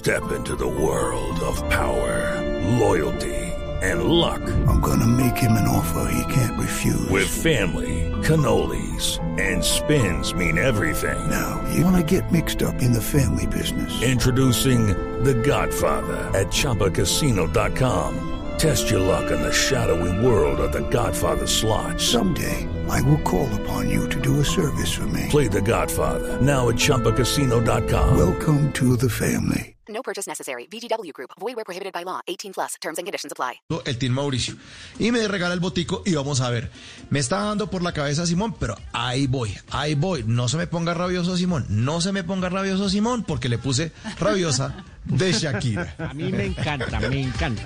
Step into the world of power, loyalty, and luck. I'm gonna make him an offer he can't refuse. With family, cannolis, and spins mean everything. Now, you wanna get mixed up in the family business. Introducing The Godfather at ChumbaCasino.com. Test your luck in the shadowy world of The Godfather slot. Someday, I will call upon you to do a service for me. Play The Godfather now at ChumbaCasino.com. Welcome to the family. No purchase necessary. VGW Group. Void where prohibited by law. 18+. Terms and conditions apply. El Team Mauricio. Y me regala el botico y vamos a ver. Me está dando por la cabeza Simón, pero ahí voy. No se me ponga rabioso Simón. No se me ponga rabioso Simón porque le puse rabiosa de Shakira. A mí me encanta, me encanta.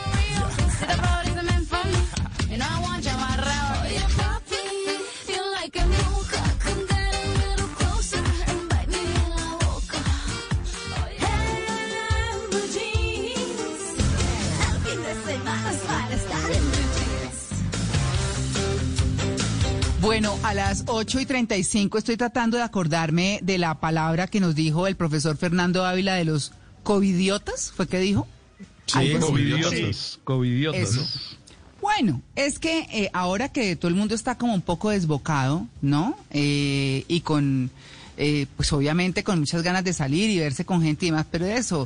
Bueno, a las 8:35 estoy tratando de acordarme de la palabra que nos dijo el profesor Fernando Ávila de los covidiotas, ¿fue que dijo? Sí, covidiotas. Eso. Bueno, es que ahora que todo el mundo está como un poco desbocado, ¿no? Y con, pues obviamente con muchas ganas de salir y verse con gente y demás, pero eso,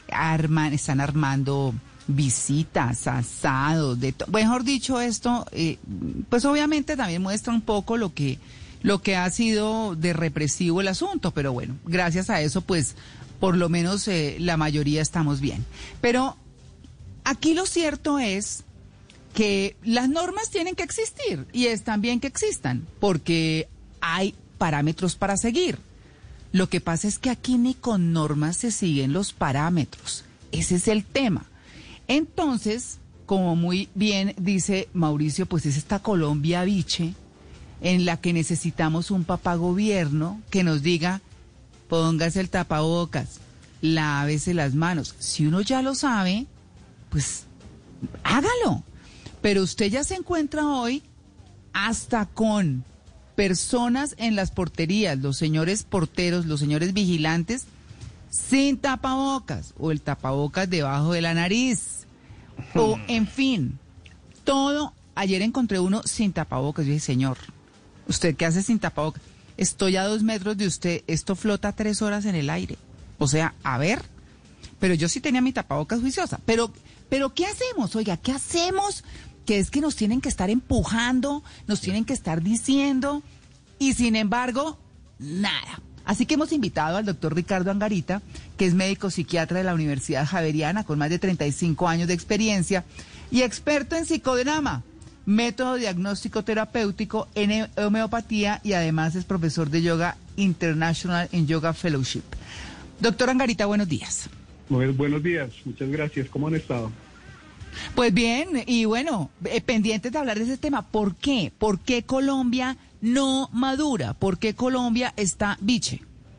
están armando visitas, asados, mejor dicho esto, pues obviamente también muestra un poco lo que ha sido de represivo el asunto, pero bueno, gracias a eso pues por lo menos la mayoría estamos bien. Pero aquí lo cierto es que las normas tienen que existir y es también que existan porque hay parámetros para seguir. Lo que pasa es que aquí ni con normas se siguen los parámetros, ese es el tema. Entonces, como muy bien dice Mauricio, pues es esta Colombia biche en la que necesitamos un papagobierno que nos diga, póngase el tapabocas, lávese las manos. Si uno ya lo sabe, pues hágalo. Pero usted ya se encuentra hoy hasta con personas en las porterías, los señores porteros, los señores vigilantes, sin tapabocas o el tapabocas debajo de la nariz o en fin, todo. Ayer encontré uno sin tapabocas. Yo dije, señor, ¿usted qué hace sin tapabocas? Estoy a 2 metros de usted, esto flota 3 horas en el aire. O sea, a ver, pero yo sí tenía mi tapabocas juiciosa. Pero ¿qué hacemos? Oiga, ¿qué hacemos? Que es que nos tienen que estar empujando, nos tienen que estar diciendo y sin embargo, nada. Así que hemos invitado al doctor Ricardo Angarita, que es médico psiquiatra de la Universidad Javeriana, con más de 35 años de experiencia y experto en psicodrama, método diagnóstico terapéutico en homeopatía y además es profesor de Yoga International en Yoga Fellowship. Doctor Angarita, buenos días. Buenos días, muchas gracias. ¿Cómo han estado? Pues bien, y bueno, pendientes de hablar de ese tema. ¿Por qué? ¿Por qué Colombia no madura? ¿Por qué Colombia está biche?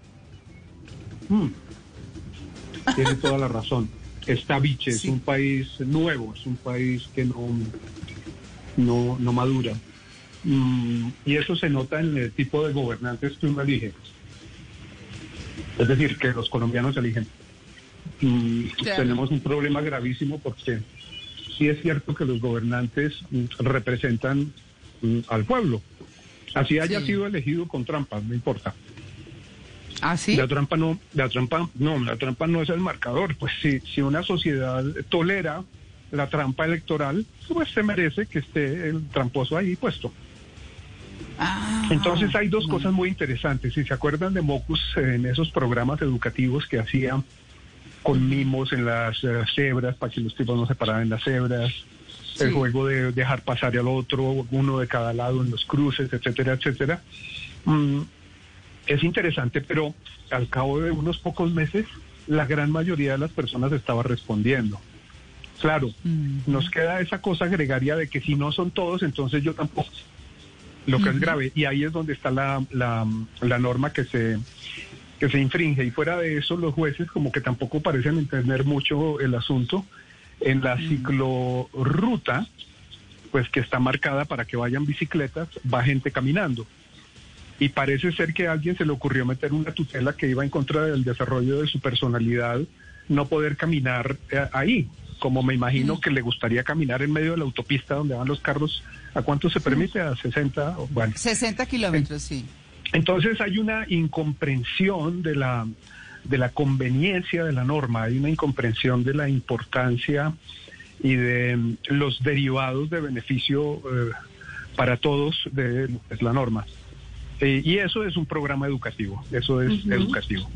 Tiene toda la razón. Está biche, sí. Es un país nuevo, es un país que no madura. Y eso se nota en el tipo de gobernantes que uno elige. Es decir, que los colombianos eligen. Claro. Tenemos un problema gravísimo porque sí es cierto que los gobernantes representan al pueblo. Así haya sido elegido con trampa, no importa. ¿Ah, sí? La trampa no es el marcador. Pues si una sociedad tolera la trampa electoral, pues se merece que esté el tramposo ahí puesto. Entonces hay dos cosas muy interesantes. Si se acuerdan de Mocus en esos programas educativos que hacían con mimos en las cebras para que los tipos no se pararan en las cebras, sí. El juego de dejar pasar al otro, uno de cada lado en los cruces, etcétera, etcétera. Es interesante, pero al cabo de unos pocos meses, la gran mayoría de las personas estaba respondiendo. Claro, nos queda esa cosa gregaria de que si no son todos, entonces yo tampoco. Lo que es grave, y ahí es donde está la norma que se infringe, y fuera de eso los jueces como que tampoco parecen entender mucho el asunto. En la ciclorruta, pues que está marcada para que vayan bicicletas, va gente caminando, y parece ser que a alguien se le ocurrió meter una tutela que iba en contra del desarrollo de su personalidad no poder caminar ahí, como me imagino que le gustaría caminar en medio de la autopista donde van los carros. ¿A cuánto se permite? ¿A 60? Bueno. 60 kilómetros, sí. Entonces hay una incomprensión de la conveniencia de la norma, hay una incomprensión de la importancia y de los derivados de beneficio para todos de la norma. Y eso es un programa educativo, eso es educativo.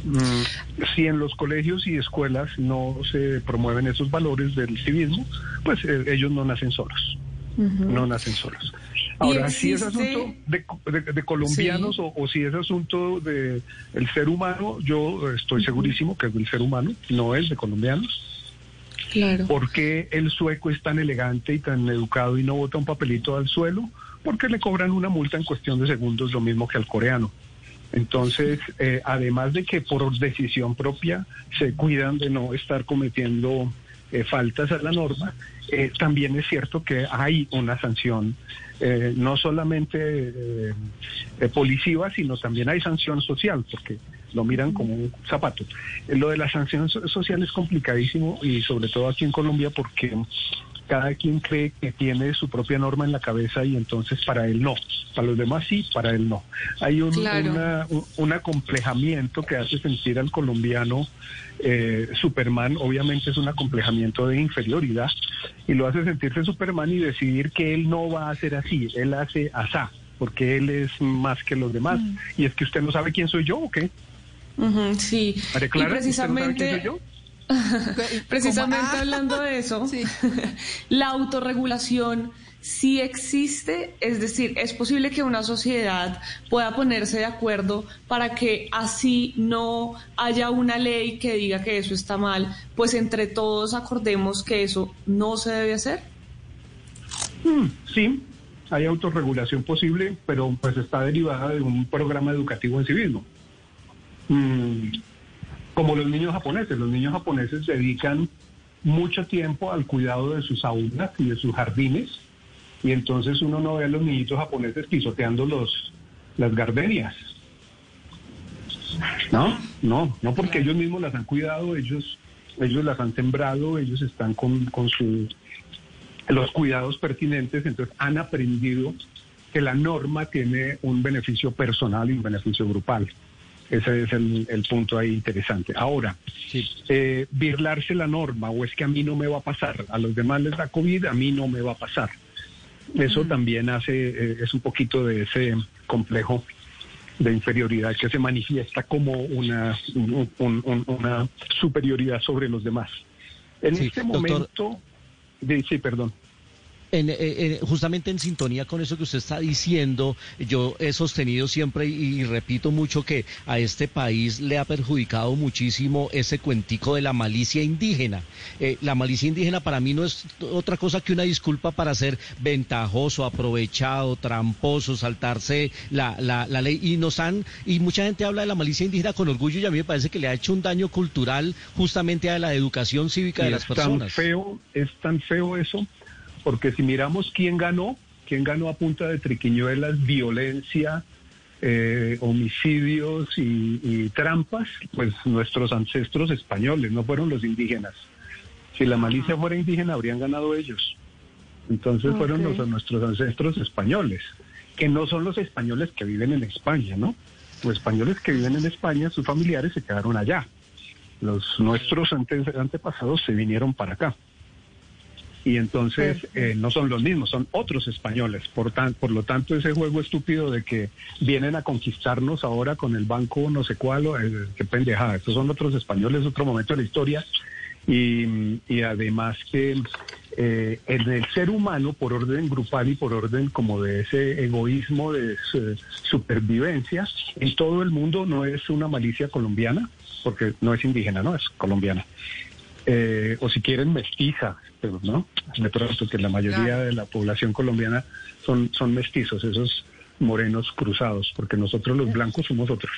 Si en los colegios y escuelas no se promueven esos valores del civismo, pues ellos no nacen solos, no nacen solos. Ahora, si es asunto de colombianos o si es asunto de el ser humano, yo estoy segurísimo que es del ser humano, no es de colombianos. Claro. ¿Por qué el sueco es tan elegante y tan educado y no bota un papelito al suelo? Porque le cobran una multa en cuestión de segundos, lo mismo que al coreano. Entonces, además de que por decisión propia se cuidan de no estar cometiendo faltas a la norma, también es cierto que hay una sanción, no solamente policiva, sino también hay sanción social, porque lo miran como un zapato. Lo de la sanción social es complicadísimo, y sobre todo aquí en Colombia, porque cada quien cree que tiene su propia norma en la cabeza y entonces para él no. Para los demás sí, para él no. Hay un acomplejamiento que hace sentir al colombiano Superman. Obviamente es un acomplejamiento de inferioridad y lo hace sentirse Superman y decidir que él no va a hacer así, él hace asá, porque él es más que los demás. Y es que usted no sabe quién soy yo, ¿o qué? Sí, María Clara, y precisamente... ¿usted no sabe quién soy yo? Precisamente hablando de eso, sí. La autorregulación sí existe, es decir, es posible que una sociedad pueda ponerse de acuerdo para que así no haya una ley que diga que eso está mal, pues entre todos acordemos que eso no se debe hacer. Sí, hay autorregulación posible, pero pues está derivada de un programa educativo en civismo. Como los niños japoneses dedican mucho tiempo al cuidado de sus aulas y de sus jardines, y entonces uno no ve a los niñitos japoneses pisoteando las gardenias. No, porque ellos mismos las han cuidado, ellos las han sembrado, ellos están con los cuidados pertinentes, entonces han aprendido que la norma tiene un beneficio personal y un beneficio grupal. Ese es el punto ahí interesante. Ahora, sí. Birlarse la norma, o es que a mí no me va a pasar, a los demás les da COVID, a mí no me va a pasar. Eso también es un poquito de ese complejo de inferioridad que se manifiesta como una superioridad sobre los demás. En este momento... Sí, perdón. Justamente en sintonía con eso que usted está diciendo, yo he sostenido siempre y repito mucho que a este país le ha perjudicado muchísimo ese cuentico de la malicia indígena. La malicia indígena para mí no es otra cosa que una disculpa para ser ventajoso, aprovechado, tramposo, saltarse la ley, y mucha gente habla de la malicia indígena con orgullo, y a mí me parece que le ha hecho un daño cultural justamente a la educación cívica de las personas. Es tan feo eso. Porque si miramos quién ganó a punta de triquiñuelas, violencia, homicidios y trampas, pues nuestros ancestros españoles, no fueron los indígenas. Si la malicia fuera indígena, habrían ganado ellos. Entonces fueron nuestros ancestros españoles, que no son los españoles que viven en España, ¿no? Los españoles que viven en España, sus familiares se quedaron allá. Nuestros antepasados se vinieron para acá. Y entonces no son los mismos, son otros españoles. Por lo tanto, ese juego estúpido de que vienen a conquistarnos ahora con el banco no sé cuál, qué pendejada. Estos son otros españoles, otro momento de la historia. Y además que en el ser humano, por orden grupal y por orden como de ese egoísmo de supervivencia, en todo el mundo no es una malicia colombiana, porque no es indígena, no es colombiana. O si quieren mestiza, pero no, de pronto que la mayoría de la población colombiana son mestizos, esos morenos cruzados, porque nosotros los blancos somos otros.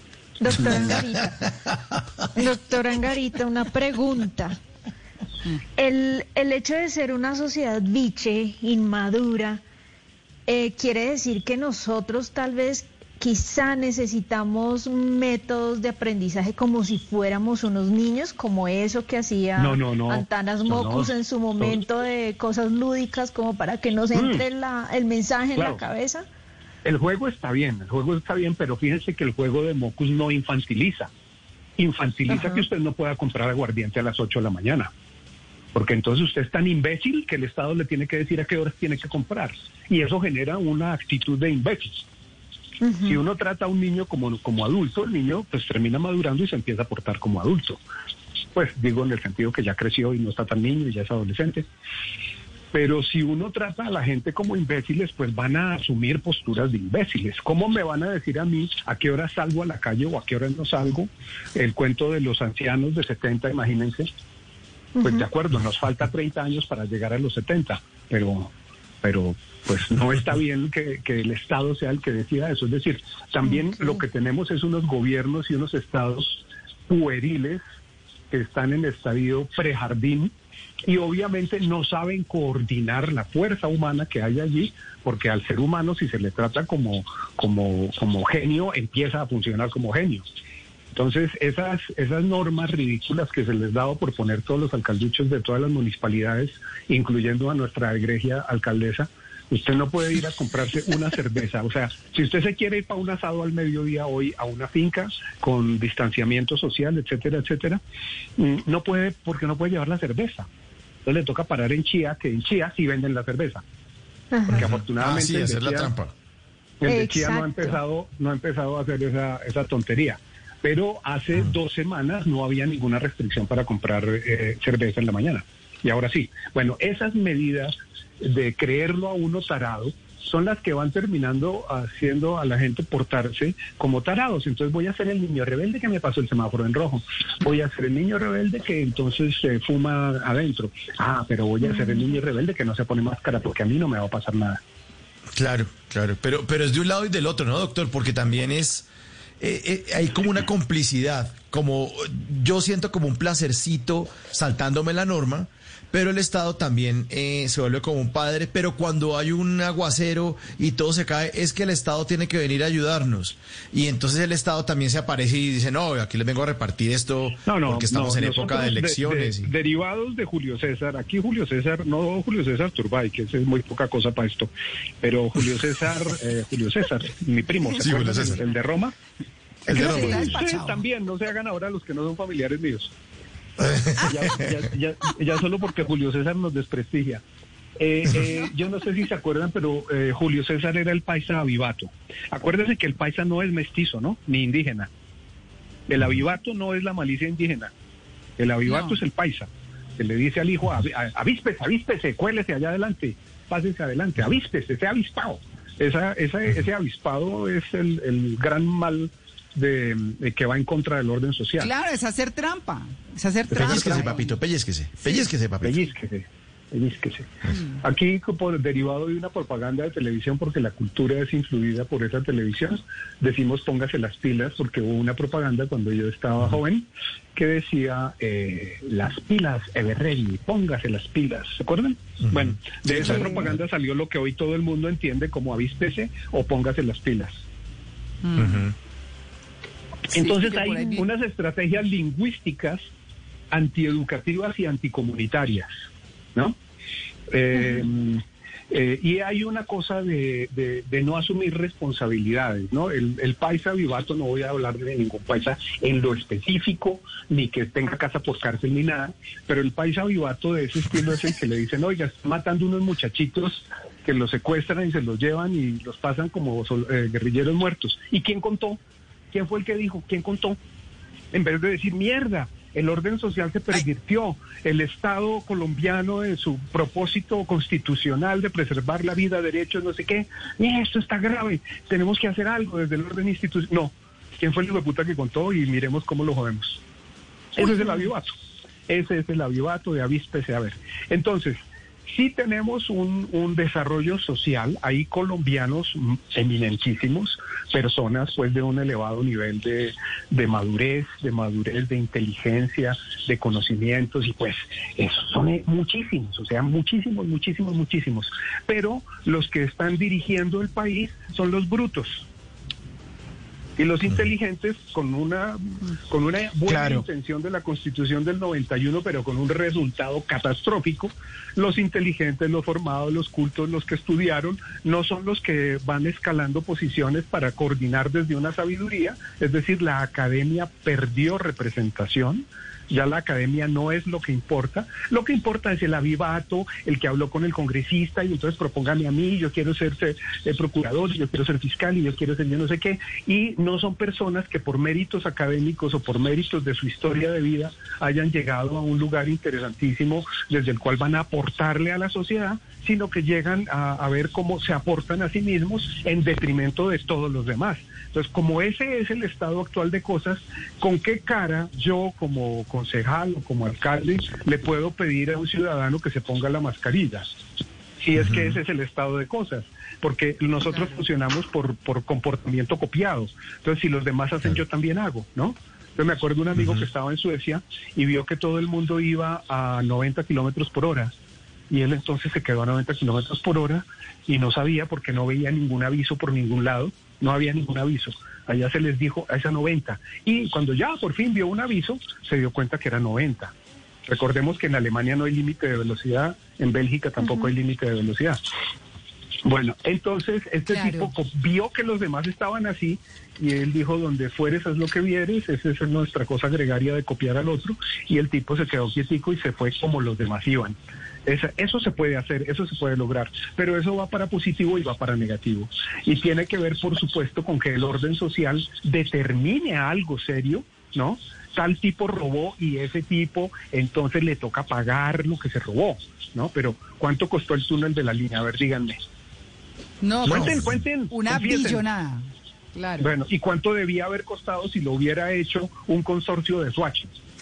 Doctora Angarita, una pregunta. El hecho de ser una sociedad biche, inmadura, quiere decir que nosotros tal vez quizá necesitamos métodos de aprendizaje como si fuéramos unos niños, como eso que hacía Antanas Mockus en su momento de cosas lúdicas, como para que nos entre el mensaje en la cabeza. El juego está bien, pero fíjense que el juego de Mockus no infantiliza. Infantiliza que usted no pueda comprar aguardiente a las 8 de la mañana. Porque entonces usted es tan imbécil que el Estado le tiene que decir a qué horas tiene que comprar. Y eso genera una actitud de imbécil. Si uno trata a un niño como adulto, el niño pues termina madurando y se empieza a portar como adulto. Pues digo en el sentido que ya creció y no está tan niño y ya es adolescente. Pero si uno trata a la gente como imbéciles, pues van a asumir posturas de imbéciles. ¿Cómo me van a decir a mí a qué hora salgo a la calle o a qué hora no salgo? El cuento de los ancianos de 70, imagínense. Pues de acuerdo, nos falta 30 años para llegar a los 70, pero pues no está bien que el Estado sea el que decida eso. Es decir, también lo que tenemos es unos gobiernos y unos estados pueriles que están en estadio prejardín y obviamente no saben coordinar la fuerza humana que hay allí, porque al ser humano, si se le trata como genio, empieza a funcionar como genio. Entonces, esas normas ridículas que se les daba por poner todos los alcalduchos de todas las municipalidades, incluyendo a nuestra egregia alcaldesa, usted no puede ir a comprarse una cerveza. O sea, si usted se quiere ir para un asado al mediodía hoy a una finca con distanciamiento social, etcétera, etcétera, no puede, porque no puede llevar la cerveza. Entonces le toca parar en Chía, que en Chía sí venden la cerveza. Porque afortunadamente... sí, esa es la trampa. El de Chía no ha empezado a hacer esa tontería. Pero hace 2 semanas no había ninguna restricción para comprar cerveza en la mañana. Y ahora sí. Bueno, esas medidas de creerlo a uno tarado son las que van terminando haciendo a la gente portarse como tarados. Entonces voy a ser el niño rebelde que me pasó el semáforo en rojo. Voy a ser el niño rebelde que entonces fuma adentro. Pero voy a ser el niño rebelde que no se pone máscara porque a mí no me va a pasar nada. Claro. Pero es de un lado y del otro, ¿no, doctor? Porque también es... hay como una complicidad, como yo siento como un placercito saltándome la norma, pero el Estado también se vuelve como un padre, pero cuando hay un aguacero y todo se cae, es que el Estado tiene que venir a ayudarnos, y entonces el Estado también se aparece y dice, no, aquí les vengo a repartir esto, porque estamos en época de elecciones. Derivados de Julio César, aquí Julio César Turbay, que es muy poca cosa para esto, pero Julio César, mi primo, ¿se acuerdan? El de Roma. El de Roma. Ustedes también, no se hagan ahora los que no son familiares míos. Ya solo porque Julio César nos desprestigia. Yo no sé si se acuerdan, pero Julio César era el paisa avivato. Acuérdense que el paisa no es mestizo, ¿no? Ni indígena. El avivato no es la malicia indígena. El avivato es el paisa, que le dice al hijo, avíspese, cuélese allá adelante, pásese adelante, avíspese, sea avispado. Ese avispado es el gran mal de que va en contra del orden social. Claro, es hacer trampa. Pellizquese, papito, pellizquese. Pellizquese, papito. Pellizquese. Aquí, derivado de una propaganda de televisión, porque la cultura es influida por esa televisión, decimos póngase las pilas, porque hubo una propaganda cuando yo estaba joven que decía las pilas, Everready, póngase las pilas, ¿se acuerdan? Bueno, de esa propaganda salió lo que hoy todo el mundo entiende como avíspese o póngase las pilas. Entonces hay unas estrategias lingüísticas antieducativas y anticomunitarias, ¿no? Y hay una cosa de no asumir responsabilidades, ¿no? El paisa vivato, no voy a hablar de ningún paisa en lo específico, ni que tenga casa por cárcel ni nada, pero el paisa vivato de ese estilo es el que le dicen, oiga, están matando unos muchachitos que los secuestran y se los llevan y los pasan como guerrilleros muertos. ¿Y quién contó? ¿Quién fue el que dijo? ¿Quién contó? En vez de decir, mierda, el orden social se pervirtió, el Estado colombiano en su propósito constitucional de preservar la vida, derechos, no sé qué, esto está grave, tenemos que hacer algo desde el orden institucional. No, ¿quién fue el hijo de puta que contó? Y miremos cómo lo jodemos. Ese es el avivato. Ese es el avivato de avíspese a ver. Entonces, sí tenemos un desarrollo social, hay colombianos eminentísimos, personas pues de un elevado nivel de madurez, de inteligencia, de conocimientos, y pues esos son muchísimos, o sea, muchísimos, pero los que están dirigiendo el país son los brutos. Y los inteligentes, con una buena intención de la Constitución del 91, pero con un resultado catastrófico, los inteligentes, los formados, los cultos, los que estudiaron, no son los que van escalando posiciones para coordinar desde una sabiduría. Es decir, la academia perdió representación. Ya la academia no es lo que importa. Lo que importa es el avivato, el que habló con el congresista y entonces propóngame a mí, yo quiero ser procurador, yo quiero ser fiscal y yo quiero ser yo no sé qué. Y no son personas que por méritos académicos o por méritos de su historia de vida hayan llegado a un lugar interesantísimo desde el cual van a aportarle a la sociedad, sino que llegan a ver cómo se aportan a sí mismos en detrimento de todos los demás. Entonces, como ese es el estado actual de cosas, ¿con qué cara yo como concejal o como alcalde le puedo pedir a un ciudadano que se ponga la mascarilla? Si es que ese es el estado de cosas, porque nosotros funcionamos por comportamiento copiado. Entonces, si los demás hacen, yo también hago, ¿no? Yo me acuerdo de un amigo que estaba en Suecia y vio que todo el mundo iba a 90 kilómetros por hora. Y él entonces se quedó a 90 kilómetros por hora y no sabía porque no veía ningún aviso por ningún lado, no había ningún aviso. Allá se les dijo a esa 90. Y cuando ya por fin vio un aviso, se dio cuenta que era 90. Recordemos que en Alemania no hay límite de velocidad, en Bélgica tampoco hay límite de velocidad. Bueno, entonces tipo vio que los demás estaban así y él dijo, donde fueres es lo que vieres, esa es nuestra cosa gregaria de copiar al otro, y el tipo se quedó quietico y se fue como los demás iban. Eso se puede hacer, eso se puede lograr, pero eso va para positivo y va para negativo. Y tiene que ver, por supuesto, con que el orden social determine algo serio, ¿no? Tal tipo robó y ese tipo entonces le toca pagar lo que se robó, ¿no? Pero ¿cuánto costó el túnel de la línea? A ver, díganme. No, cuenten. Una billonada. Claro. Bueno, ¿y cuánto debía haber costado si lo hubiera hecho un consorcio de Swatch?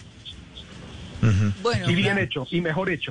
Bueno, y bien hecho, y mejor hecho.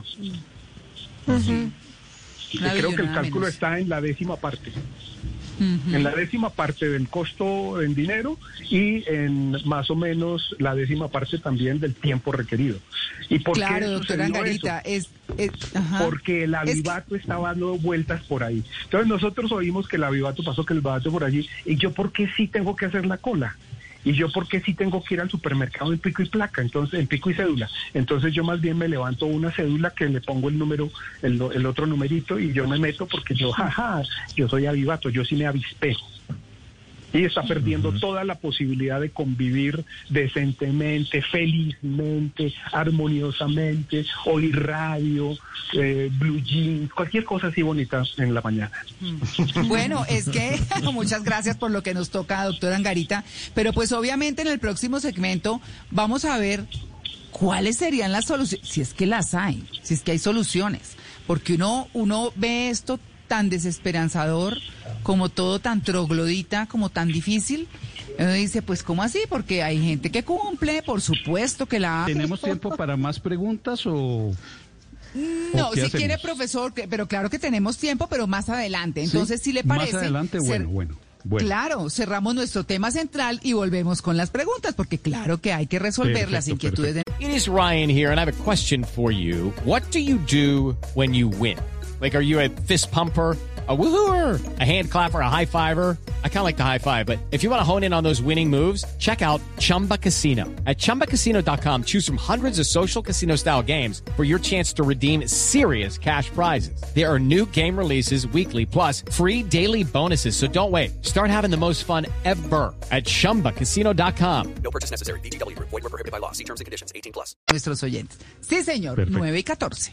Y creo que el cálculo está en la 10ª parte. En la 10ª parte del costo en dinero y en más o menos la 10ª parte también del tiempo requerido. ¿Y por claro, qué doctora Angarita, porque el avivato estaba dando vueltas por ahí. Entonces nosotros oímos que el avivato pasó, que el avivato por allí, y yo ¿por qué sí tengo que hacer la cola? Y yo, ¿por qué sí tengo que ir al supermercado en pico y placa? Entonces, en pico y cédula. Entonces yo más bien me levanto una cédula que le pongo el número, el otro numerito, y yo me meto porque yo soy avivato, yo sí me avispé. Y está perdiendo toda la posibilidad de convivir decentemente, felizmente, armoniosamente, oír radio, blue jeans, cualquier cosa así bonita en la mañana. Bueno, es que muchas gracias por lo que nos toca, doctora Angarita, pero pues obviamente en el próximo segmento vamos a ver cuáles serían las soluciones, si es que las hay, si es que hay soluciones, porque uno ve esto tan desesperanzador, como todo tan troglodita, como tan difícil. Uno dice, pues, ¿cómo así? Porque hay gente que cumple, por supuesto que la hace. ¿Tenemos tiempo para más preguntas o...? No, si quiere, profesor, pero claro que tenemos tiempo, pero más adelante. Entonces, si le parece... Más adelante, bueno. Claro, cerramos nuestro tema central y volvemos con las preguntas, porque claro que hay que resolver las inquietudes. It is Ryan here, and I have a question for you. What do you do when you win? Like, are you a fist pumper, a woohooer, a hand clapper, a high fiver? I kind of like the high five, but if you want to hone in on those winning moves, check out Chumba Casino. At ChumbaCasino.com, choose from hundreds of social casino-style games for your chance to redeem serious cash prizes. There are new game releases weekly, plus free daily bonuses, so don't wait. Start having the most fun ever at ChumbaCasino.com. No purchase necessary. VGW Group. Void where prohibited by law. See terms and conditions. 18+. Nuestros oyentes. Sí, señor. Perfecto. 9:14.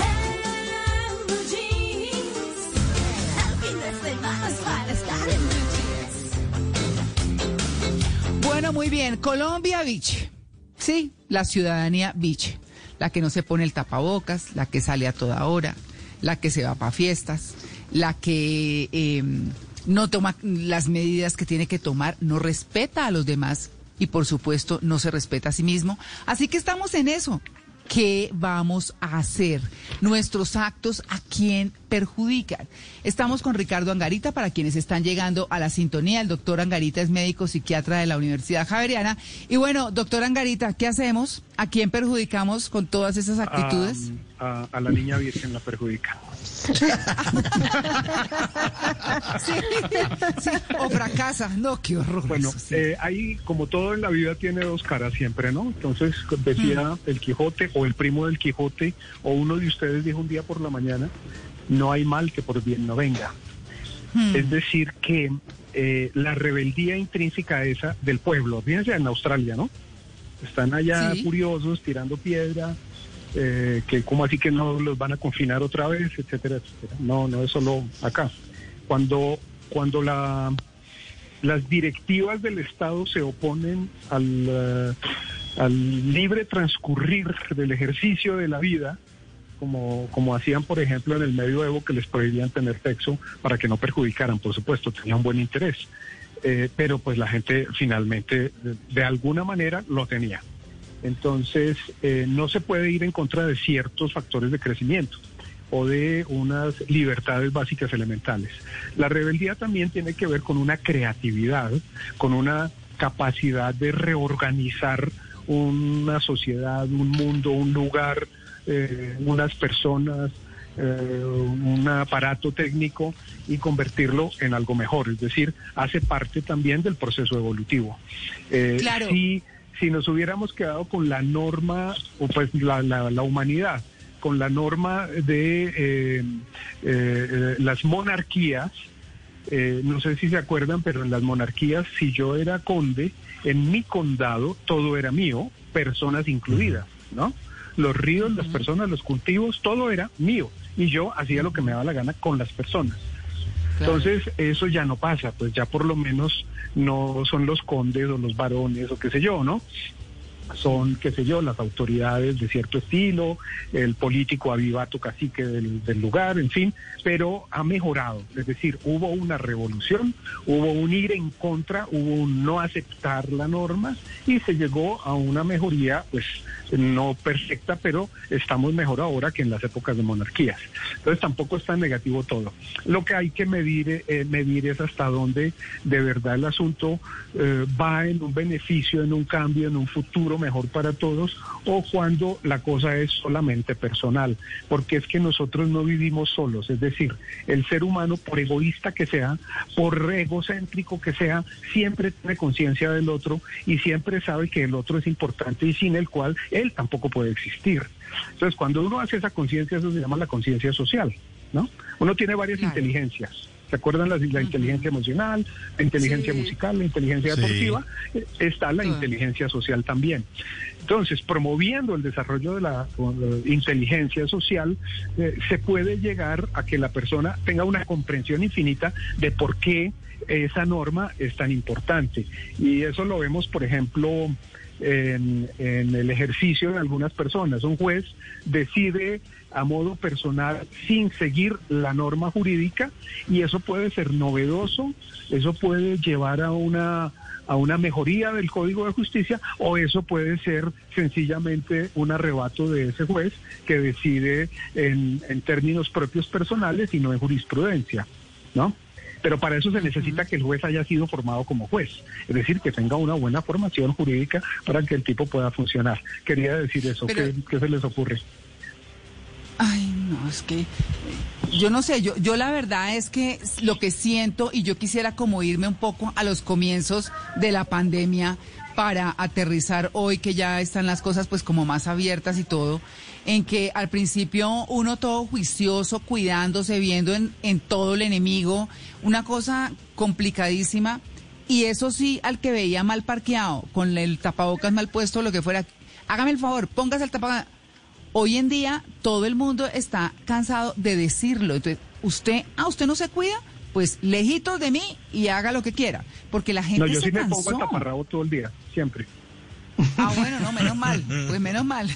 Bueno, muy bien. Colombia Beach. Sí, la ciudadanía Beach. La que no se pone el tapabocas, la que sale a toda hora, la que se va para fiestas, la que no toma las medidas que tiene que tomar, no respeta a los demás y, por supuesto, no se respeta a sí mismo. Así que estamos en eso. ¿Qué vamos a hacer? Nuestros actos, ¿a quién perjudican? Estamos con Ricardo Angarita, para quienes están llegando a la sintonía. El doctor Angarita es médico psiquiatra de la Universidad Javeriana. Y bueno, doctor Angarita, ¿qué hacemos? ¿A quién perjudicamos con todas esas actitudes? A la niña virgen la perjudica. Sí, o fracasa. No, qué horror. Bueno, ahí, como todo en la vida, tiene dos caras siempre, ¿no? Entonces, decía el Quijote, o el primo del Quijote, o uno de ustedes dijo un día por la mañana, no hay mal que por bien no venga. Es decir, que la rebeldía intrínseca esa del pueblo, fíjense en Australia, ¿no? Están allá furiosos, tirando piedra, que como así que no los van a confinar otra vez, etcétera, etcétera. No es solo acá. Cuando las directivas del Estado se oponen al libre transcurrir del ejercicio de la vida, como hacían, por ejemplo, en el medioevo, que les prohibían tener sexo para que no perjudicaran, por supuesto, tenía un buen interés. Pero pues la gente finalmente, de alguna manera, lo tenía. Entonces, no se puede ir en contra de ciertos factores de crecimiento o de unas libertades básicas elementales. La rebeldía también tiene que ver con una creatividad, con una capacidad de reorganizar una sociedad, un mundo, un lugar, unas personas, un aparato técnico y convertirlo en algo mejor. Es decir, hace parte también del proceso evolutivo. Claro. Si nos hubiéramos quedado con la norma, o pues la humanidad, con la norma de las monarquías, no sé si se acuerdan, pero en las monarquías, si yo era conde, en mi condado todo era mío, personas incluidas, ¿no? Los ríos, las personas, los cultivos, todo era mío. Y yo hacía lo que me daba la gana con las personas. Claro. Entonces, eso ya no pasa, pues ya por lo menos no son los condes o los varones o qué sé yo, ¿no? Son, qué sé yo, las autoridades de cierto estilo, el político avivato cacique del lugar, en fin, pero ha mejorado. Es decir, hubo una revolución, hubo un ir en contra, hubo un no aceptar la norma y se llegó a una mejoría, pues no perfecta, pero estamos mejor ahora que en las épocas de monarquías. Entonces tampoco es tan negativo todo. Lo que hay que medir es hasta dónde de verdad el asunto va en un beneficio, en un cambio, en un futuro mejor para todos, o cuando la cosa es solamente personal, porque es que nosotros no vivimos solos. Es decir, el ser humano, por egoísta que sea, por egocéntrico que sea, siempre tiene conciencia del otro y siempre sabe que el otro es importante y sin el cual él tampoco puede existir. Entonces, cuando uno hace esa conciencia, eso se llama la conciencia social, ¿no? Uno tiene varias inteligencias. ¿Se acuerdan la inteligencia emocional, la inteligencia musical, la inteligencia deportiva? Está la inteligencia social también. Entonces, promoviendo el desarrollo de la inteligencia social, se puede llegar a que la persona tenga una comprensión infinita de por qué esa norma es tan importante. Y eso lo vemos, por ejemplo, en el ejercicio de algunas personas. Un juez decide a modo personal sin seguir la norma jurídica y eso puede ser novedoso, eso puede llevar a una mejoría del Código de Justicia, o eso puede ser sencillamente un arrebato de ese juez que decide en términos propios personales y no en jurisprudencia, ¿no? Pero para eso se necesita que el juez haya sido formado como juez, es decir, que tenga una buena formación jurídica para que el tipo pueda funcionar. Quería decir eso. Pero, ¿qué se les ocurre? Ay, no, es que yo no sé, yo la verdad es que lo que siento, y yo quisiera como irme un poco a los comienzos de la pandemia para aterrizar hoy que ya están las cosas pues como más abiertas y todo, en que al principio uno todo juicioso, cuidándose, viendo en todo el enemigo, una cosa complicadísima, y eso sí, al que veía mal parqueado, con el tapabocas mal puesto, lo que fuera, hágame el favor, póngase el tapabocas. Hoy en día todo el mundo está cansado de decirlo. Entonces, usted no se cuida, pues lejitos de mí y haga lo que quiera, porque la gente se cansó. No, yo sí me pongo el taparrabo todo el día, siempre. Ah, bueno, no, menos mal, pues menos mal.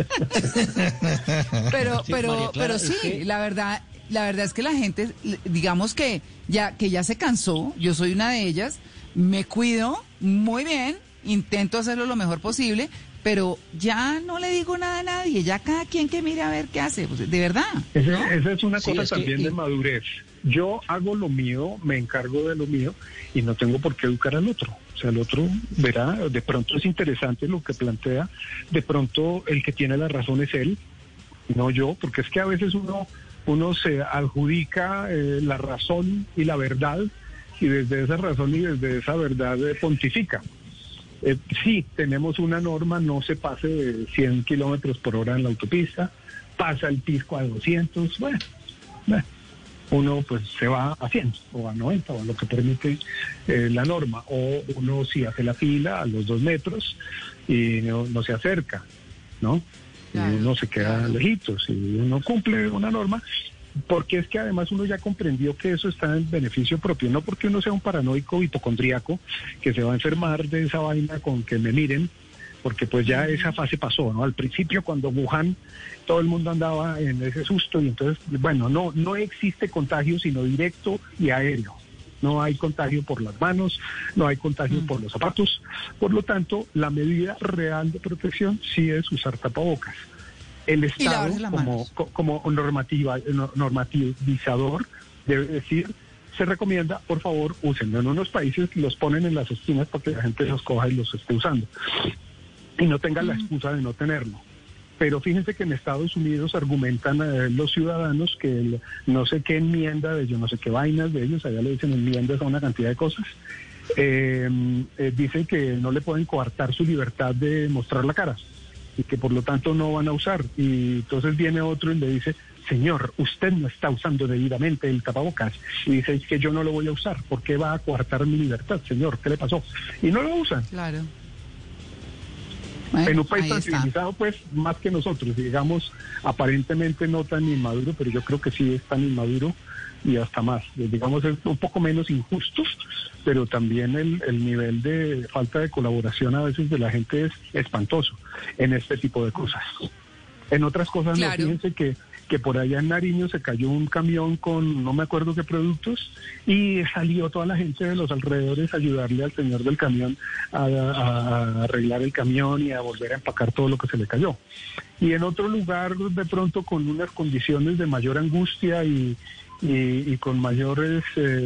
pero sí, la verdad es que la gente, digamos que ya se cansó, yo soy una de ellas, me cuido muy bien, intento hacerlo lo mejor posible, pero ya no le digo nada a nadie, ya cada quien que mire a ver qué hace, pues, de verdad. Esa es una cosa también de madurez. Yo hago lo mío, me encargo de lo mío y no tengo por qué educar al otro. O sea, el otro verá, de pronto es interesante lo que plantea, de pronto el que tiene la razón es él, no yo, porque es que a veces uno uno se adjudica la razón y la verdad, y desde esa razón y desde esa verdad pontifica. Sí, tenemos una norma, no se pase de 100 kilómetros por hora en la autopista, pasa el pisco a 200, bueno, uno pues se va a 100 o a 90 o a lo que permite la norma, o uno sí hace la fila a los 2 metros y no se acerca, ¿no? Claro, y uno se queda lejitos y uno cumple una norma, porque es que además uno ya comprendió que eso está en beneficio propio, no porque uno sea un paranoico hipocondríaco que se va a enfermar de esa vaina con que me miren, porque pues ya esa fase pasó, ¿no? Al principio, cuando Wuhan, todo el mundo andaba en ese susto, y entonces, bueno, no existe contagio sino directo y aéreo. No hay contagio por las manos, no hay contagio por los zapatos. Por lo tanto, la medida real de protección sí es usar tapabocas. El Estado, como normativizador, debe decir, se recomienda, por favor, úsenlo. En unos países los ponen en las esquinas para que la gente los coja y los esté usando y no tengan la excusa de no tenerlo. Pero fíjense que en Estados Unidos argumentan los ciudadanos que no sé qué enmienda de ellos, no sé qué vainas de ellos, allá le dicen enmiendas a una cantidad de cosas, dicen que no le pueden coartar su libertad de mostrar la cara y que por lo tanto no van a usar. Y entonces viene otro y le dice, señor, usted no está usando debidamente el tapabocas. Y dice, es que yo no lo voy a usar. ¿Por qué va a coartar mi libertad, señor? ¿Qué le pasó? Y no lo usan. Claro. En un país tan civilizado, pues, más que nosotros, digamos, aparentemente no tan inmaduro, pero yo creo que sí es tan inmaduro y hasta más. Digamos, es un poco menos injustos, pero también el nivel de falta de colaboración a veces de la gente es espantoso en este tipo de cosas. En otras cosas, claro. No, fíjense que por allá en Nariño se cayó un camión con no me acuerdo qué productos y salió toda la gente de los alrededores a ayudarle al señor del camión a arreglar el camión y a volver a empacar todo lo que se le cayó. Y en otro lugar, de pronto, con unas condiciones de mayor angustia y con mayores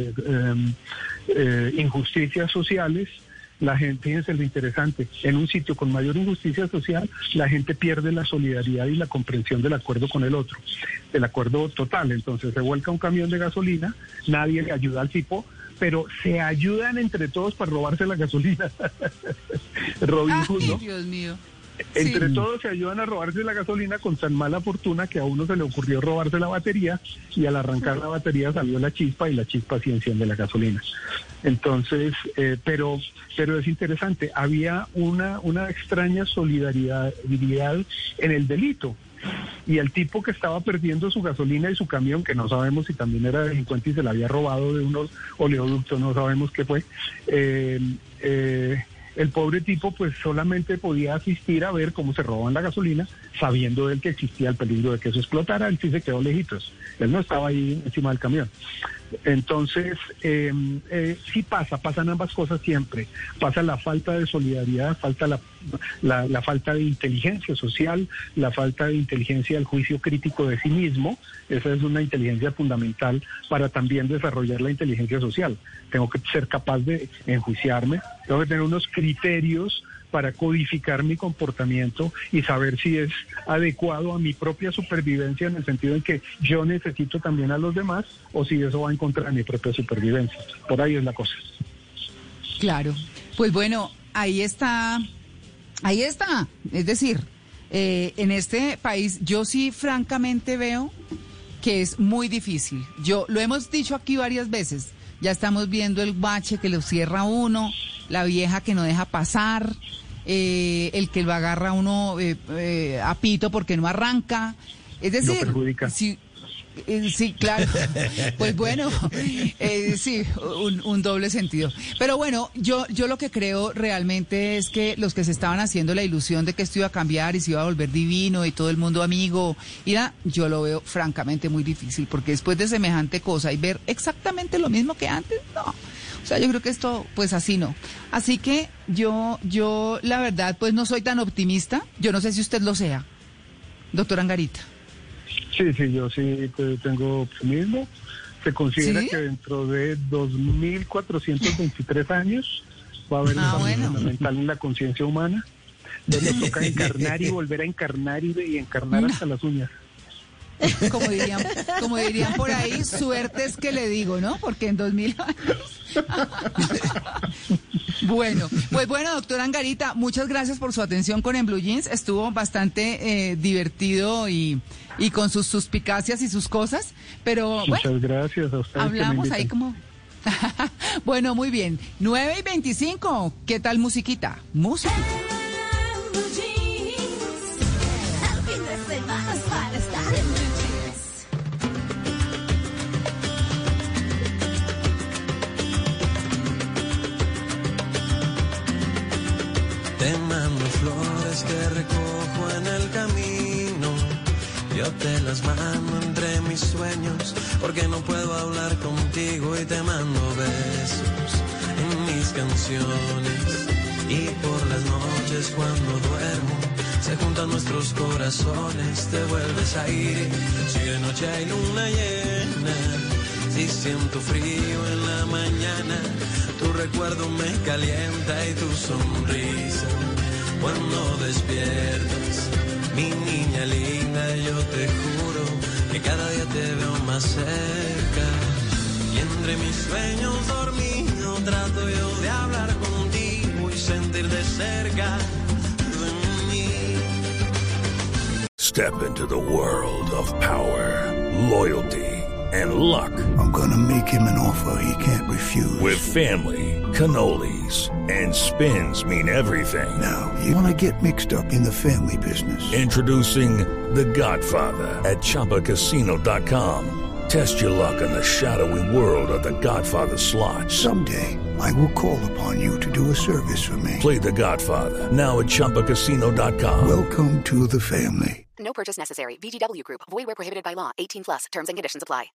injusticias sociales, la gente, fíjense lo interesante, en un sitio con mayor injusticia social, la gente pierde la solidaridad y la comprensión del acuerdo con el otro, del acuerdo total. Entonces se vuelca un camión de gasolina, nadie le ayuda al tipo, pero se ayudan entre todos para robarse la gasolina. Robin Hood, ¿no? Dios mío. Entre todos se ayudan a robarse la gasolina con tan mala fortuna que a uno se le ocurrió robarse la batería y al arrancar la batería salió la chispa y la chispa sí enciende la gasolina. Entonces, pero es interesante, había una extraña solidaridad en el delito. Y el tipo que estaba perdiendo su gasolina y su camión, que no sabemos si también era delincuente y se la había robado de unos oleoductos, no sabemos qué fue, el pobre tipo pues solamente podía asistir a ver cómo se roban la gasolina, sabiendo él que existía el peligro de que eso explotara. Él sí se quedó lejitos, él no estaba ahí encima del camión. Entonces, sí pasan ambas cosas siempre. Pasa la falta de solidaridad, falta la falta de inteligencia social, la falta de inteligencia del juicio crítico de sí mismo. Esa es una inteligencia fundamental para también desarrollar la inteligencia social. Tengo que ser capaz de enjuiciarme, tengo que tener unos criterios para codificar mi comportamiento y saber si es adecuado a mi propia supervivencia, en el sentido en que yo necesito también a los demás, o si eso va en contra de mi propia supervivencia. Por ahí es la cosa. Claro. Pues bueno, ahí está. Es decir, en este país yo sí francamente veo que es muy difícil. Lo hemos dicho aquí varias veces. Ya estamos viendo el bache que lo cierra uno, la vieja que no deja pasar, el que lo agarra uno a pito porque no arranca. Es decir, lo perjudica. Sí, claro. Pues bueno, sí, un doble sentido. Pero bueno, yo lo que creo realmente es que los que se estaban haciendo la ilusión de que esto iba a cambiar y se iba a volver divino y todo el mundo amigo, yo lo veo francamente muy difícil, porque después de semejante cosa y ver exactamente lo mismo que antes, no. O sea, yo creo que esto, pues así no. Así que yo la verdad, pues no soy tan optimista. Yo no sé si usted lo sea, doctor Angarita. Sí, yo sí tengo optimismo. Se considera que dentro de 2.423 años va a haber un cambio fundamental en la conciencia humana. Entonces nos toca encarnar y volver a encarnar y encarnar hasta las uñas. Como dirían por ahí, suerte es que le digo, ¿no? Porque en 2000 años... Bueno, pues bueno, doctora Angarita, muchas gracias por su atención con En Blue Jeans. Estuvo bastante divertido y con sus suspicacias y sus cosas, pero bueno, muchas gracias a ustedes. Hablamos ahí como... Bueno, muy bien. 9:25, ¿qué tal musiquita? Música. Te mando flores que recojo en el camino. Yo te las mando entre mis sueños, porque no puedo hablar contigo y te mando besos en mis canciones. Y por las noches cuando duermo, se juntan nuestros corazones, te vuelves a ir. Si de noche hay luna llena, si siento frío en la mañana, tu recuerdo me calienta y tu sonrisa cuando despiertas. Mi niña linda, yo te juro que cada día te veo más cerca. Y entre mis sueños dormidos trato yo de hablar contigo y sentir de cerca de mí. Step into the world of power, loyalty, and luck. I'm gonna make him an offer he can't refuse. With family, cannolis, and spins mean everything. Now, you wanna get mixed up in the family business. Introducing The Godfather at ChumbaCasino.com. Test your luck in the shadowy world of The Godfather slot. Someday, I will call upon you to do a service for me. Play The Godfather now at ChumbaCasino.com. Welcome to the family. No purchase necessary. VGW Group. Void where prohibited by law. 18+. Terms and conditions apply.